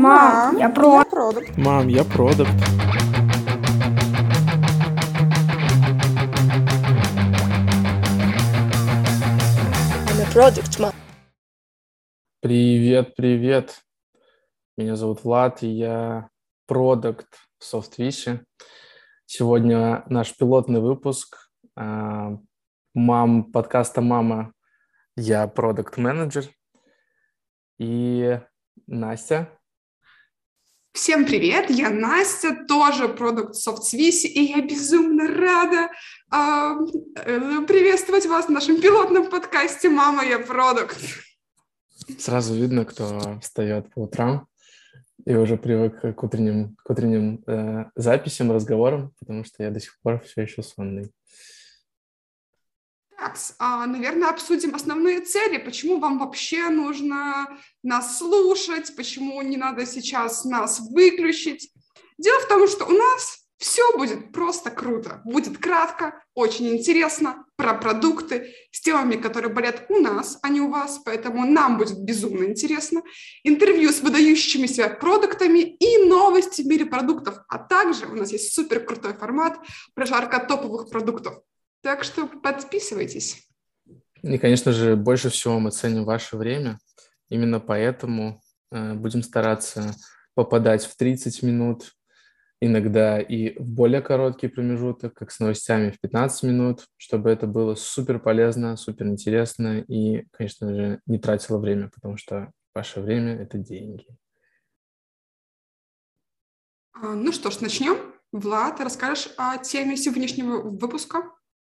Мам, я продукт. Мам, я продукт. I'm a product, мам. Привет. Меня зовут Влад, и я продукт в SoftWish. Сегодня наш пилотный выпуск подкаста «Мама». Я продукт-менеджер. И Настя. Всем привет, я Настя, тоже продукт SoftSwiss, и я безумно рада приветствовать вас в нашем пилотном подкасте «Мама, я продукт». Сразу видно, кто встает по утрам и уже привык к утренним записям, разговорам, потому что я до сих пор все еще сонный. Так, наверное, обсудим основные цели, почему вам вообще нужно нас слушать, почему не надо сейчас нас выключить. Дело в том, что у нас все будет просто круто, будет кратко, очень интересно, про продукты, с темами, которые болят у нас, а не у вас, поэтому нам будет безумно интересно. Интервью с выдающимися продуктами и новости в мире продуктов, а также у нас есть супер крутой формат прожарка топовых продуктов. Так что подписывайтесь. И, конечно же, больше всего мы ценим ваше время. Именно поэтому будем стараться попадать в 30 минут, иногда и в более короткий промежуток, как с новостями в 15 минут, чтобы это было супер полезно, супер интересно и, конечно же, не тратило время, потому что ваше время – это деньги. Ну что ж, начнем. Влад, ты расскажешь о теме сегодняшнего выпуска?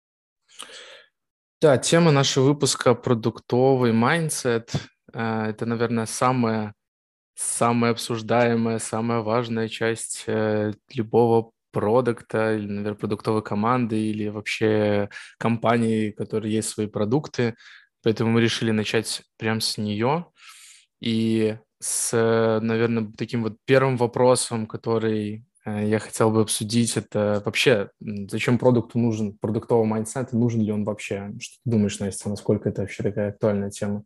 Да, тема нашего выпуска – продуктовый майндсет. Это, наверное, самая обсуждаемая, самая важная часть любого продукта, или, наверное, продуктовой команды, или вообще компании, у которой есть свои продукты. Поэтому мы решили начать прямо с нее. И с, наверное, таким вот первым вопросом, который я хотел бы обсудить, это вообще, зачем продукту нужен, продуктовый майндсет, и нужен ли он вообще? Что ты думаешь, Настя, насколько это вообще такая актуальная тема?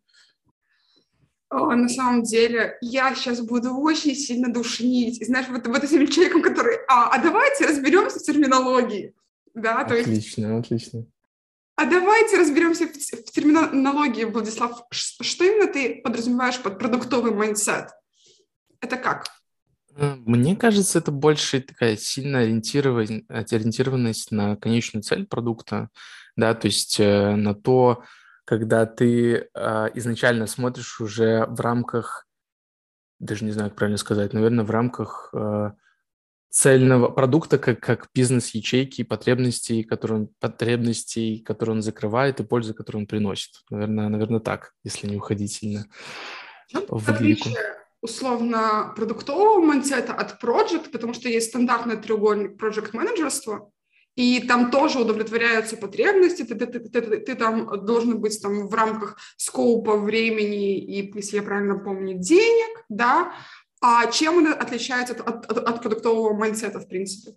На самом деле, я сейчас буду очень сильно душнить. И знаешь, вот этим человеком, который, давайте разберемся в терминологии. Да, Отлично. А давайте разберемся в терминологии, Владислав. Что именно ты подразумеваешь под продуктовый майндсет? Это как? Мне кажется, это больше такая сильная ориентированность на конечную цель продукта, да, то есть на то, когда ты изначально смотришь уже в рамках, даже не знаю, как правильно сказать, наверное, в рамках цельного продукта, как бизнес-ячейки, потребностей, которые он закрывает, и пользы, которую он приносит. Наверное, так, если не уходить сильно в лирику. Условно продуктового майндсета от project, потому что есть стандартный треугольник проект-менеджерства, и там тоже удовлетворяются потребности, ты там должен быть там в рамках скоупа времени и, если я правильно помню, денег, да, а чем он отличается от продуктового майндсета, в принципе?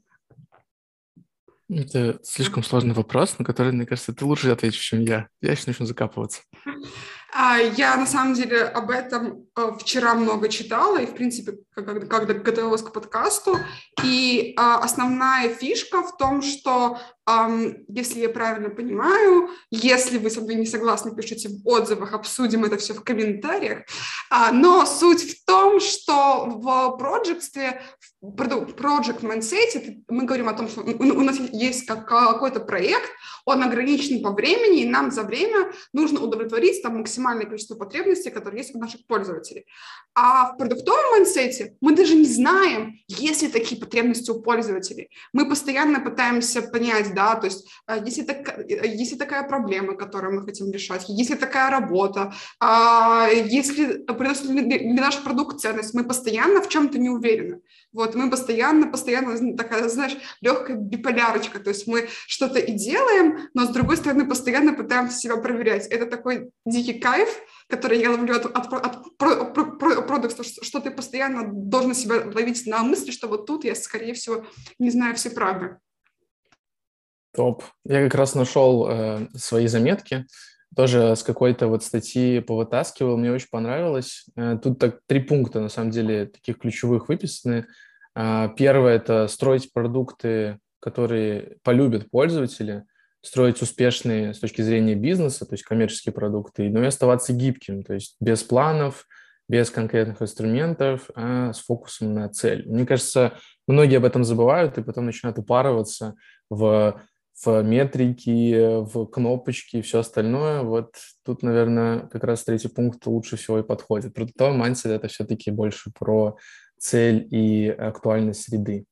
Это слишком сложный вопрос, на который, мне кажется, ты лучше ответишь, чем я. Я еще начну закапываться. Я, на самом деле, об этом вчера много читала, и, в принципе, когда готовилась к подкасту. И основная фишка в том, что, если я правильно понимаю, если вы со мной не согласны, пишите в отзывах, обсудим это все в комментариях. Но суть в том, что в проектстве, в project mindset, мы говорим о том, что у нас есть какой-то проект, он ограничен по времени, и нам за время нужно удовлетворить там максимальное количество потребностей, которые есть у наших пользователей. А в продуктовом майндсете мы даже не знаем, есть ли такие потребности у пользователей. Мы постоянно пытаемся понять, да, то есть есть ли такая проблема, которую мы хотим решать, есть ли такая работа, если приносит ли наш продукт ценность, мы постоянно в чем-то не уверены. Вот, мы постоянно, такая, знаешь, легкая биполярочка, то есть мы что-то и делаем, но с другой стороны постоянно пытаемся себя проверять. Это такой дикий кайф, который я ловлю от продукта, что ты постоянно должен себя ловить на мысли, что вот тут я, скорее всего, не знаю все правды. Топ. Я как раз нашел свои заметки. тоже с какой-то вот статьи повытаскивал, мне очень понравилось. Тут так 3 пункта, на самом деле, таких ключевых выписаны. Первое – это строить продукты, которые полюбят пользователи, строить успешные с точки зрения бизнеса, то есть коммерческие продукты, но и оставаться гибким, то есть без планов, без конкретных инструментов, а с фокусом на цель. Мне кажется, многие об этом забывают и потом начинают упарываться в метрики, в кнопочки и все остальное. Вот тут, наверное, как раз 3-й пункт лучше всего и подходит. Продуктовый mindset – это все-таки больше про цель и актуальность среды.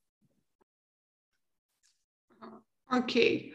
Окей.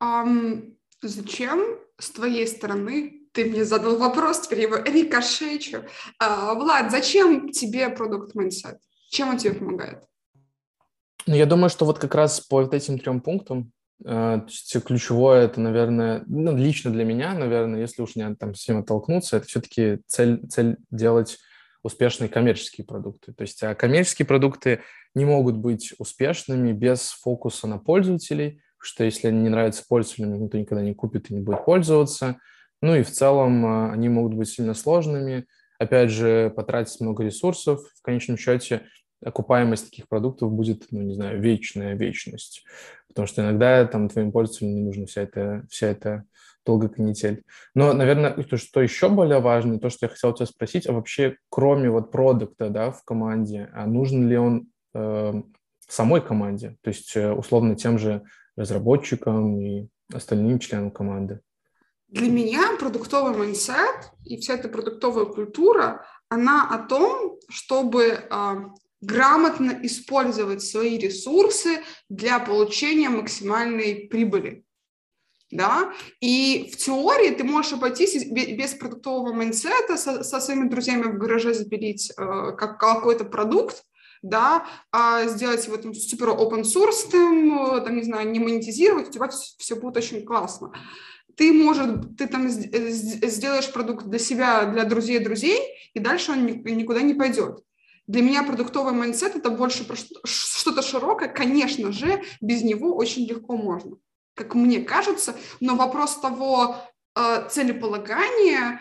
Зачем с твоей стороны, ты мне задал вопрос, теперь его рикошечу. Влад, зачем тебе продукт mindset? Чем он тебе помогает? Ну, я думаю, что вот как раз по вот этим 3 пунктам, то есть ключевое это, наверное, ну, лично для меня, наверное, если уж не там с ним оттолкнуться, это все-таки цель делать успешные коммерческие продукты. То есть коммерческие продукты не могут быть успешными без фокуса на пользователей, что если они не нравятся пользователям, никто никогда не купит и не будет пользоваться. Ну и в целом они могут быть сильно сложными, опять же, потратить много ресурсов. В конечном счете окупаемость таких продуктов будет, ну, не знаю, вечная вечность. Потому что иногда там твоим пользователям не нужна вся эта долгая канитель. Но, наверное, то, что еще более важно, то, что я хотел тебя спросить, а вообще, кроме вот продукта, да, в команде, а нужен ли он самой команде? То есть, условно, тем же разработчикам и остальным членам команды? Для меня продуктовый майндсет и вся эта продуктовая культура, она о том, чтобы грамотно использовать свои ресурсы для получения максимальной прибыли. Да? И в теории ты можешь обойтись без продуктового майндсета, со своими друзьями в гараже запилить какой-то продукт, да, сделать его там супер open source, там, не знаю, не монетизировать, у тебя все будет очень классно. Ты там сделаешь продукт для себя, для друзей, и дальше он никуда не пойдет. Для меня продуктовый майндсет – это больше про что-то широкое. Конечно же, без него очень легко можно, как мне кажется. Но вопрос того целеполагания,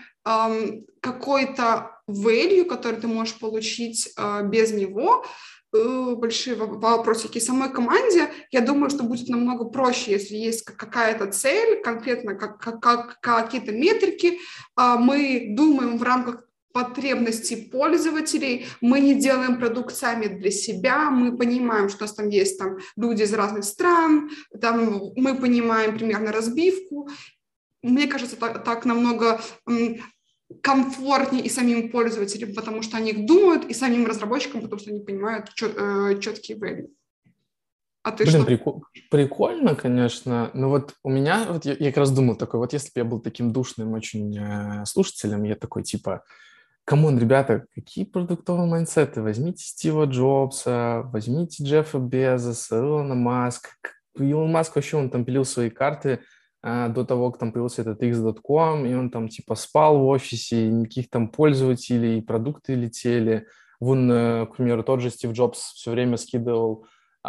какой-то value, который ты можешь получить без него, большие вопросики. Самой команде, я думаю, что будет намного проще, если есть какая-то цель, конкретно какие-то метрики. Мы думаем в рамках потребностей пользователей, мы не делаем продукт сами для себя, мы понимаем, что у нас там есть люди из разных стран, там мы понимаем примерно разбивку. Мне кажется, так намного комфортнее и самим пользователям, потому что они думают, и самим разработчикам, потому что они понимают четкие value. А ты Блин, что? прикольно, конечно. Но вот у меня, вот я как раз думал такой, вот если бы я был таким душным очень слушателем, я такой типа, камон, ребята, какие продуктовые майндсеты? Возьмите Стива Джобса, возьмите Джеффа Безоса, Илона Маска. Илон Маск вообще, он там пилил свои карты до того, как там появился этот X.com, и он там типа спал в офисе, и никаких там пользователей, продукты летели. Вон, к примеру, тот же Стив Джобс все время скидывал,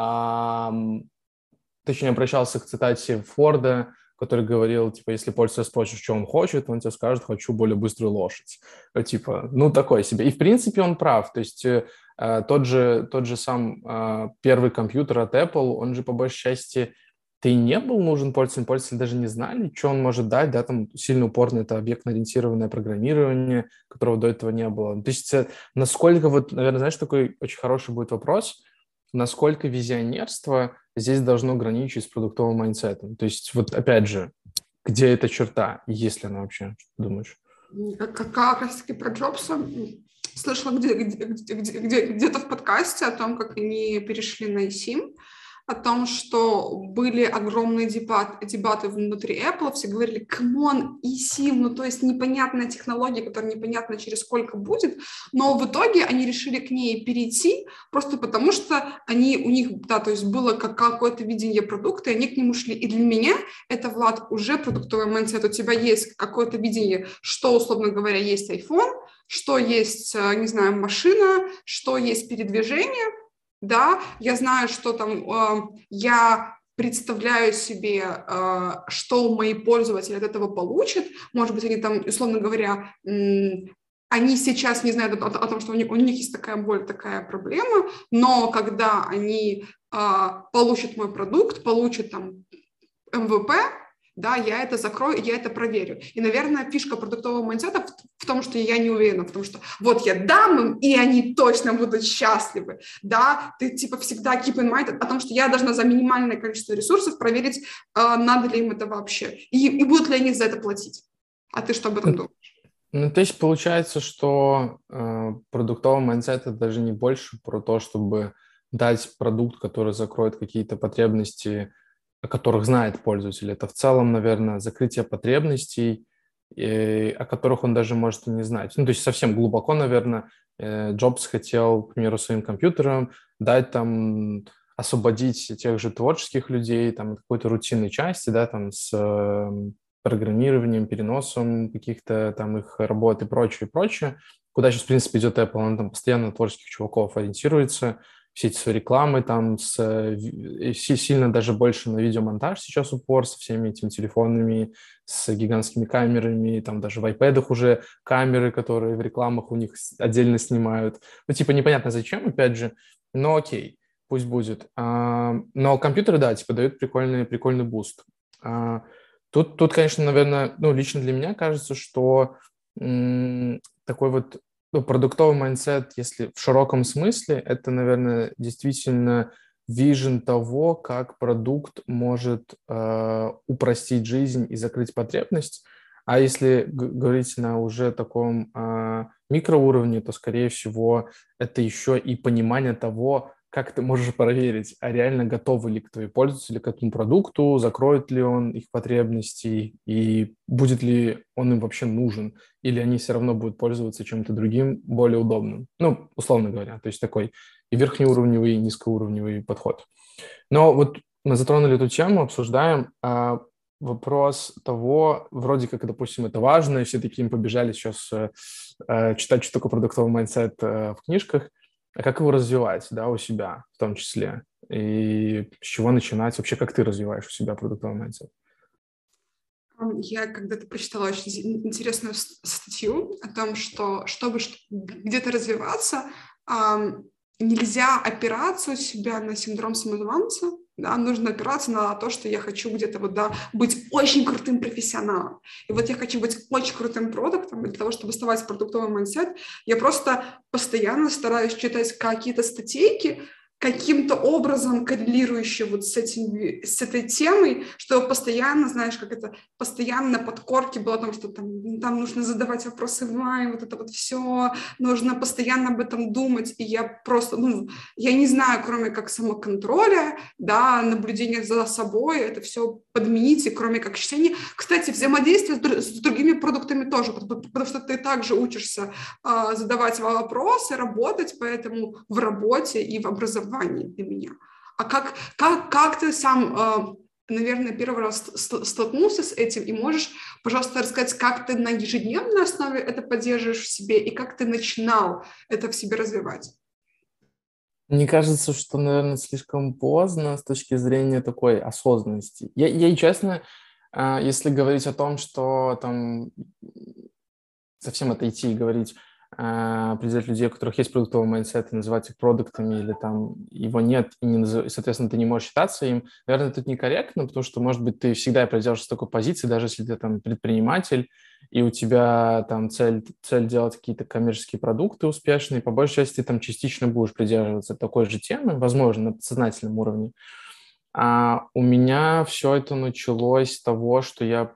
точнее, обращался к цитате Форда, который говорил, типа, если пользователь спросит, что он хочет, он тебе скажет, хочу более быструю лошадь. Типа, ну, такой себе. И, в принципе, он прав. То есть тот же сам первый компьютер от Apple, он же, по большей части, и не был нужен пользователям, пользователи даже не знали, что он может дать, да, там сильно упорно это объектно-ориентированное программирование, которого до этого не было. То есть насколько, вот, наверное, знаешь, такой очень хороший будет вопрос, насколько визионерство здесь должно граничить с продуктовым майндсетом. То есть вот опять же, где эта черта, есть ли она вообще, что ты думаешь? Как раз-таки про Джобса слышала где-то в подкасте о том, как они перешли на eSIM, о том, что были огромные дебаты внутри Apple, все говорили, камон, eSIM, ну то есть непонятная технология, которая непонятно через сколько будет, но в итоге они решили к ней перейти, просто потому что у них, да, то есть было какое-то видение продукта, и они к нему шли. И для меня это, Влад, уже продуктовый майндсет. У тебя есть какое-то видение, что, условно говоря, есть iPhone, что есть, не знаю, машина, что есть передвижение. Да, я знаю, что там я представляю себе, что мои пользователи от этого получат. Может быть, они там, условно говоря, они сейчас не знают о том, что у них есть такая боль, такая проблема, но когда они получат мой продукт, получат там МВП, да, я это закрою, я это проверю. И, наверное, фишка продуктового майндсета в том, что я не уверена, потому что вот я дам им, и они точно будут счастливы, да, ты типа всегда keep in mind о том, что я должна за минимальное количество ресурсов проверить, надо ли им это вообще, и будут ли они за это платить. А ты что об этом думаешь? Ну, то есть получается, что продуктовый майндсет – это даже не больше про то, чтобы дать продукт, который закроет какие-то потребности, о которых знает пользователь. Это в целом, наверное, закрытие потребностей, о которых он даже может и не знать. Ну, то есть совсем глубоко, наверное, Джобс хотел, к примеру, своим компьютерам дать там, освободить тех же творческих людей там, от какой-то рутинной части, да, там, с программированием, переносом каких-то там их работ и прочее, прочее. Куда сейчас, в принципе, идет Apple, он там постоянно на творческих чуваков ориентируется, все эти свои рекламы, там сильно даже больше на видеомонтаж сейчас упор со всеми этими телефонами, с гигантскими камерами, там даже в iPad'ах уже камеры, которые в рекламах у них отдельно снимают. Ну, типа, непонятно зачем, опять же, но окей, пусть будет. Но компьютеры, да, типа, дают прикольный буст. Тут, конечно, наверное, ну, лично для меня кажется, что такой вот продуктовый майндсет, если в широком смысле, это, наверное, действительно вижен того, как продукт может упростить жизнь и закрыть потребность. А если говорить на уже таком микроуровне, то, скорее всего, это еще и понимание того, как ты можешь проверить, а реально готовы ли твои пользователи к этому продукту, закроет ли он их потребности и будет ли он им вообще нужен, или они все равно будут пользоваться чем-то другим, более удобным. Ну, условно говоря, то есть такой и верхнеуровневый, и низкоуровневый подход. Но вот мы затронули эту тему, обсуждаем вопрос того, вроде как, допустим, это важно, и все такие побежали сейчас читать, что такое продуктовый майндсет в книжках. А как его развивать, да, у себя в том числе? И с чего начинать? Вообще, как ты развиваешь у себя продуктовый майндсет? Я когда-то прочитала очень интересную статью о том, что чтобы где-то развиваться, нельзя опираться у себя на синдром самозванца, да, нужно опираться на то, что я хочу где-то вот, да, быть очень крутым профессионалом. И вот я хочу быть очень крутым продуктом, и для того, чтобы оставаться продуктовый майндсет, я просто постоянно стараюсь читать какие-то статейки, каким-то образом коррелирующие вот с этой темой, что постоянно, знаешь, как это, постоянно на подкорке было о том, что там нужно задавать вопросы why, вот это вот все, нужно постоянно об этом думать, и я просто, я не знаю, кроме как самоконтроля, да, наблюдения за собой, это все подменить, и кроме как чтения. Кстати, взаимодействие с другими продуктами тоже, потому что ты также учишься задавать вопросы, работать, поэтому в работе и в образовании для меня. А как ты сам, наверное, первый раз столкнулся с этим, и можешь, пожалуйста, рассказать, как ты на ежедневной основе это поддерживаешь в себе, и как ты начинал это в себе развивать? Мне кажется, что, наверное, слишком поздно с точки зрения такой осознанности. Я честно, если говорить о том, что там совсем отойти и говорить, определять людей, у которых есть продуктовый майндсет, и называть их продуктами, или там его нет, и, соответственно, ты не можешь считаться им, наверное, это некорректно, потому что, может быть, ты всегда придерживаешься такой позиции, даже если ты там предприниматель, и у тебя там цель делать какие-то коммерческие продукты успешные, по большей части ты там частично будешь придерживаться такой же темы, возможно, на подсознательном уровне. А у меня все это началось с того, что я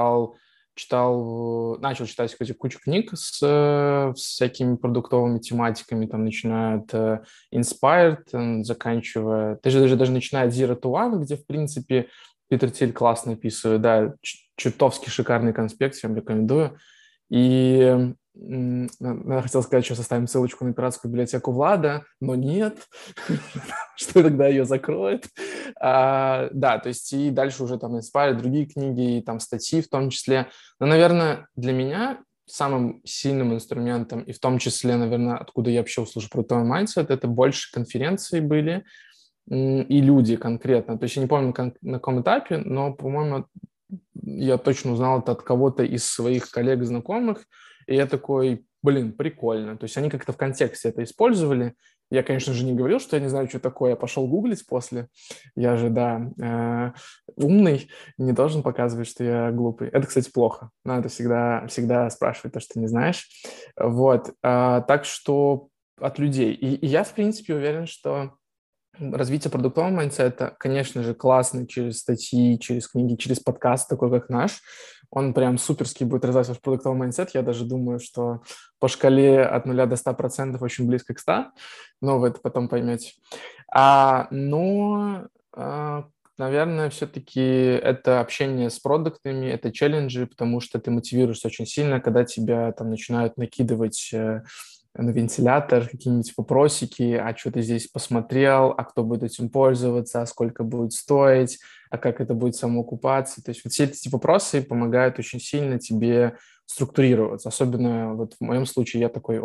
начал читать кучу книг с всякими продуктовыми тематиками, там, начиная от Inspired, заканчивая, даже начиная от Zero to One, где, в принципе, Питер Тиль классно описывает, да, чертовски шикарный конспект, всем рекомендую. И я хотел сказать, что составим ссылочку на пиратскую библиотеку Влада, но нет, что тогда ее закроет. Да, то есть и дальше уже там Inspire, другие книги, и там статьи в том числе. Но, наверное, для меня самым сильным инструментом, и в том числе, наверное, откуда я вообще услышал про твой mindset, это больше конференции были, и люди конкретно. То есть я не помню, на каком этапе, но, по-моему, я точно узнал это от кого-то из своих коллег, знакомых, и я такой, блин, прикольно. То есть они как-то в контексте это использовали. Я, конечно же, не говорил, что я не знаю, что такое. Я пошел гуглить после. Я же, да, умный, не должен показывать, что я глупый. Это, кстати, плохо. Надо всегда спрашивать то, что ты не знаешь. Вот. Так что от людей. И я, в принципе, уверен, что развитие продуктового майндсета, конечно же, классный через статьи, через книги, через подкаст, такой как наш. Он прям суперский будет развивать ваш продуктовый майндсет. Я даже думаю, что по шкале от 0 до 100% очень близко к 100, но вы это потом поймете. Наверное, все-таки это общение с продуктами, это челленджи, потому что ты мотивируешься очень сильно, когда тебя там начинают накидывать на вентилятор, какие-нибудь вопросики, а что ты здесь посмотрел, а кто будет этим пользоваться, а сколько будет стоить, а как это будет самоокупаться. То есть вот все эти вопросы помогают очень сильно тебе структурироваться. Особенно вот в моем случае я такой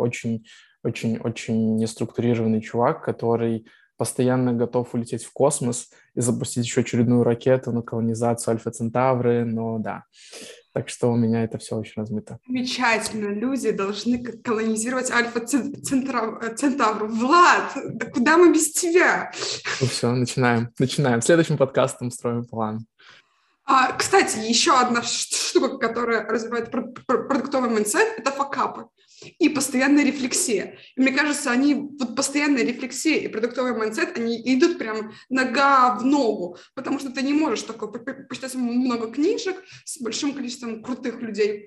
очень неструктурированный чувак, который постоянно готов улететь в космос и запустить еще очередную ракету на колонизацию Альфа Центавры, но да. Так что у меня это все очень размыто. Замечательно. Люди должны колонизировать Альфа-Центавру. Влад, да куда мы без тебя? Ну все, начинаем. Следующим подкастом строим план. Кстати, еще одна штука, которая развивает продуктовый майндсет, это факапы и постоянная рефлексия. И мне кажется, вот постоянная рефлексия и продуктовый майндсет, они идут прям нога в ногу, потому что ты не можешь такое почитать много книжек с большим количеством крутых людей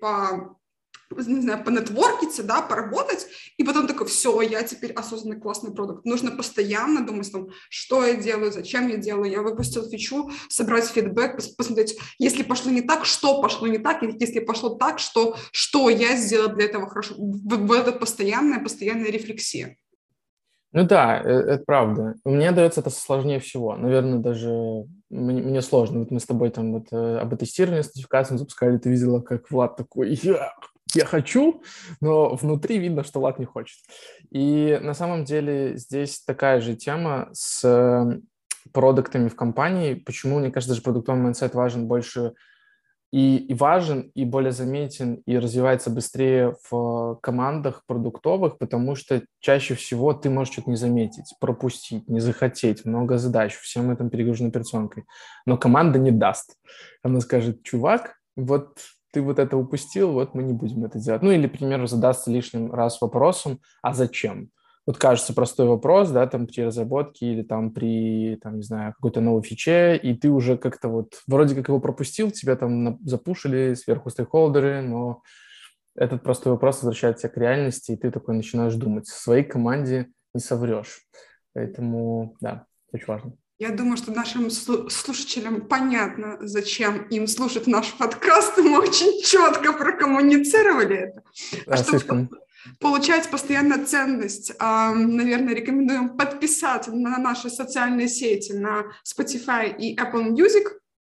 не знаю, понетворкиться, да, поработать, и потом такой, все, я теперь осознанный классный продукт. Нужно постоянно думать, что я делаю, зачем я делаю. Я выпустил фичу, собрать фидбэк, посмотреть, если пошло не так, что пошло не так, и если пошло так, что я сделал для этого хорошо. Это постоянная рефлексия. Ну да, это правда. Мне дается это сложнее всего. Наверное, даже мне сложно. Вот мы с тобой там вот об тестировании с нотификациями запускали, ты видела, как Влад такой, я хочу, но внутри видно, что Влад не хочет. И на самом деле здесь такая же тема с продуктами в компании. Почему, мне кажется, даже продуктовый майндсет важен больше и важен, и более заметен, и развивается быстрее в командах продуктовых, потому что чаще всего ты можешь что-то не заметить, пропустить, не захотеть, много задач, всем этом перегружена операционкой. Но команда не даст. Она скажет, чувак, вот ты вот это упустил, вот мы не будем это делать. Ну или, к примеру, задастся лишним раз вопросом, а зачем? Вот кажется простой вопрос, да, там при разработке или там при, там, не знаю, какой-то новой фиче, и ты уже как-то вот вроде как его пропустил, тебя там запушили сверху стейкхолдеры, но этот простой вопрос возвращает тебя к реальности, и ты такой начинаешь думать. В своей команде не соврешь. Поэтому, да, очень важно. Я думаю, что нашим слушателям понятно, зачем им слушать наш подкаст, и мы очень четко прокоммуницировали это. Слишком... Получать постоянно ценность, наверное, рекомендуем подписаться на наши социальные сети, на Spotify и Apple Music,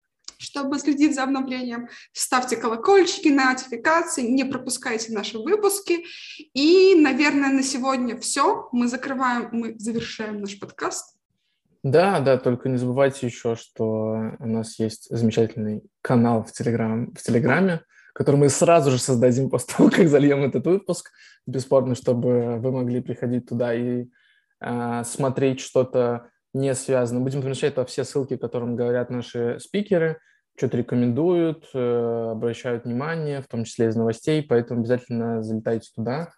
чтобы следить за обновлением. Ставьте колокольчики, нотификации, не пропускайте наши выпуски. И, наверное, на сегодня все. Мы завершаем наш подкаст. Да, только не забывайте еще, что у нас есть замечательный канал в Телеграме, который мы сразу же создадим после того, как зальем этот выпуск. Бесспорно, чтобы вы могли приходить туда и смотреть что-то не связанное. Будем помещать туда все ссылки, о которых говорят наши спикеры, что-то рекомендуют, обращают внимание, в том числе из новостей, поэтому обязательно залетайте туда.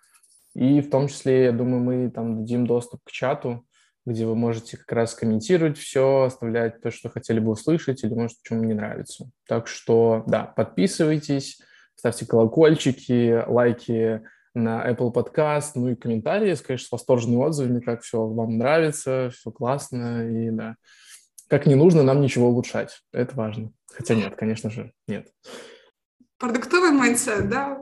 И в том числе, я думаю, мы там дадим доступ к чату, где вы можете как раз комментировать все, оставлять то, что хотели бы услышать, или, может, что вам не нравится. Так что, да, подписывайтесь, ставьте колокольчики, лайки на Apple Podcast, ну и комментарии, конечно, с восторженными отзывами, как все вам нравится, все классно, и да, как не нужно нам ничего улучшать, это важно. Хотя нет, конечно же, нет. Продуктовый майндсет, да.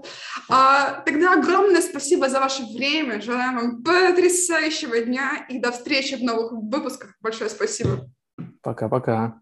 Тогда огромное спасибо за ваше время. Желаем вам потрясающего дня и до встречи в новых выпусках. Большое спасибо. Пока-пока.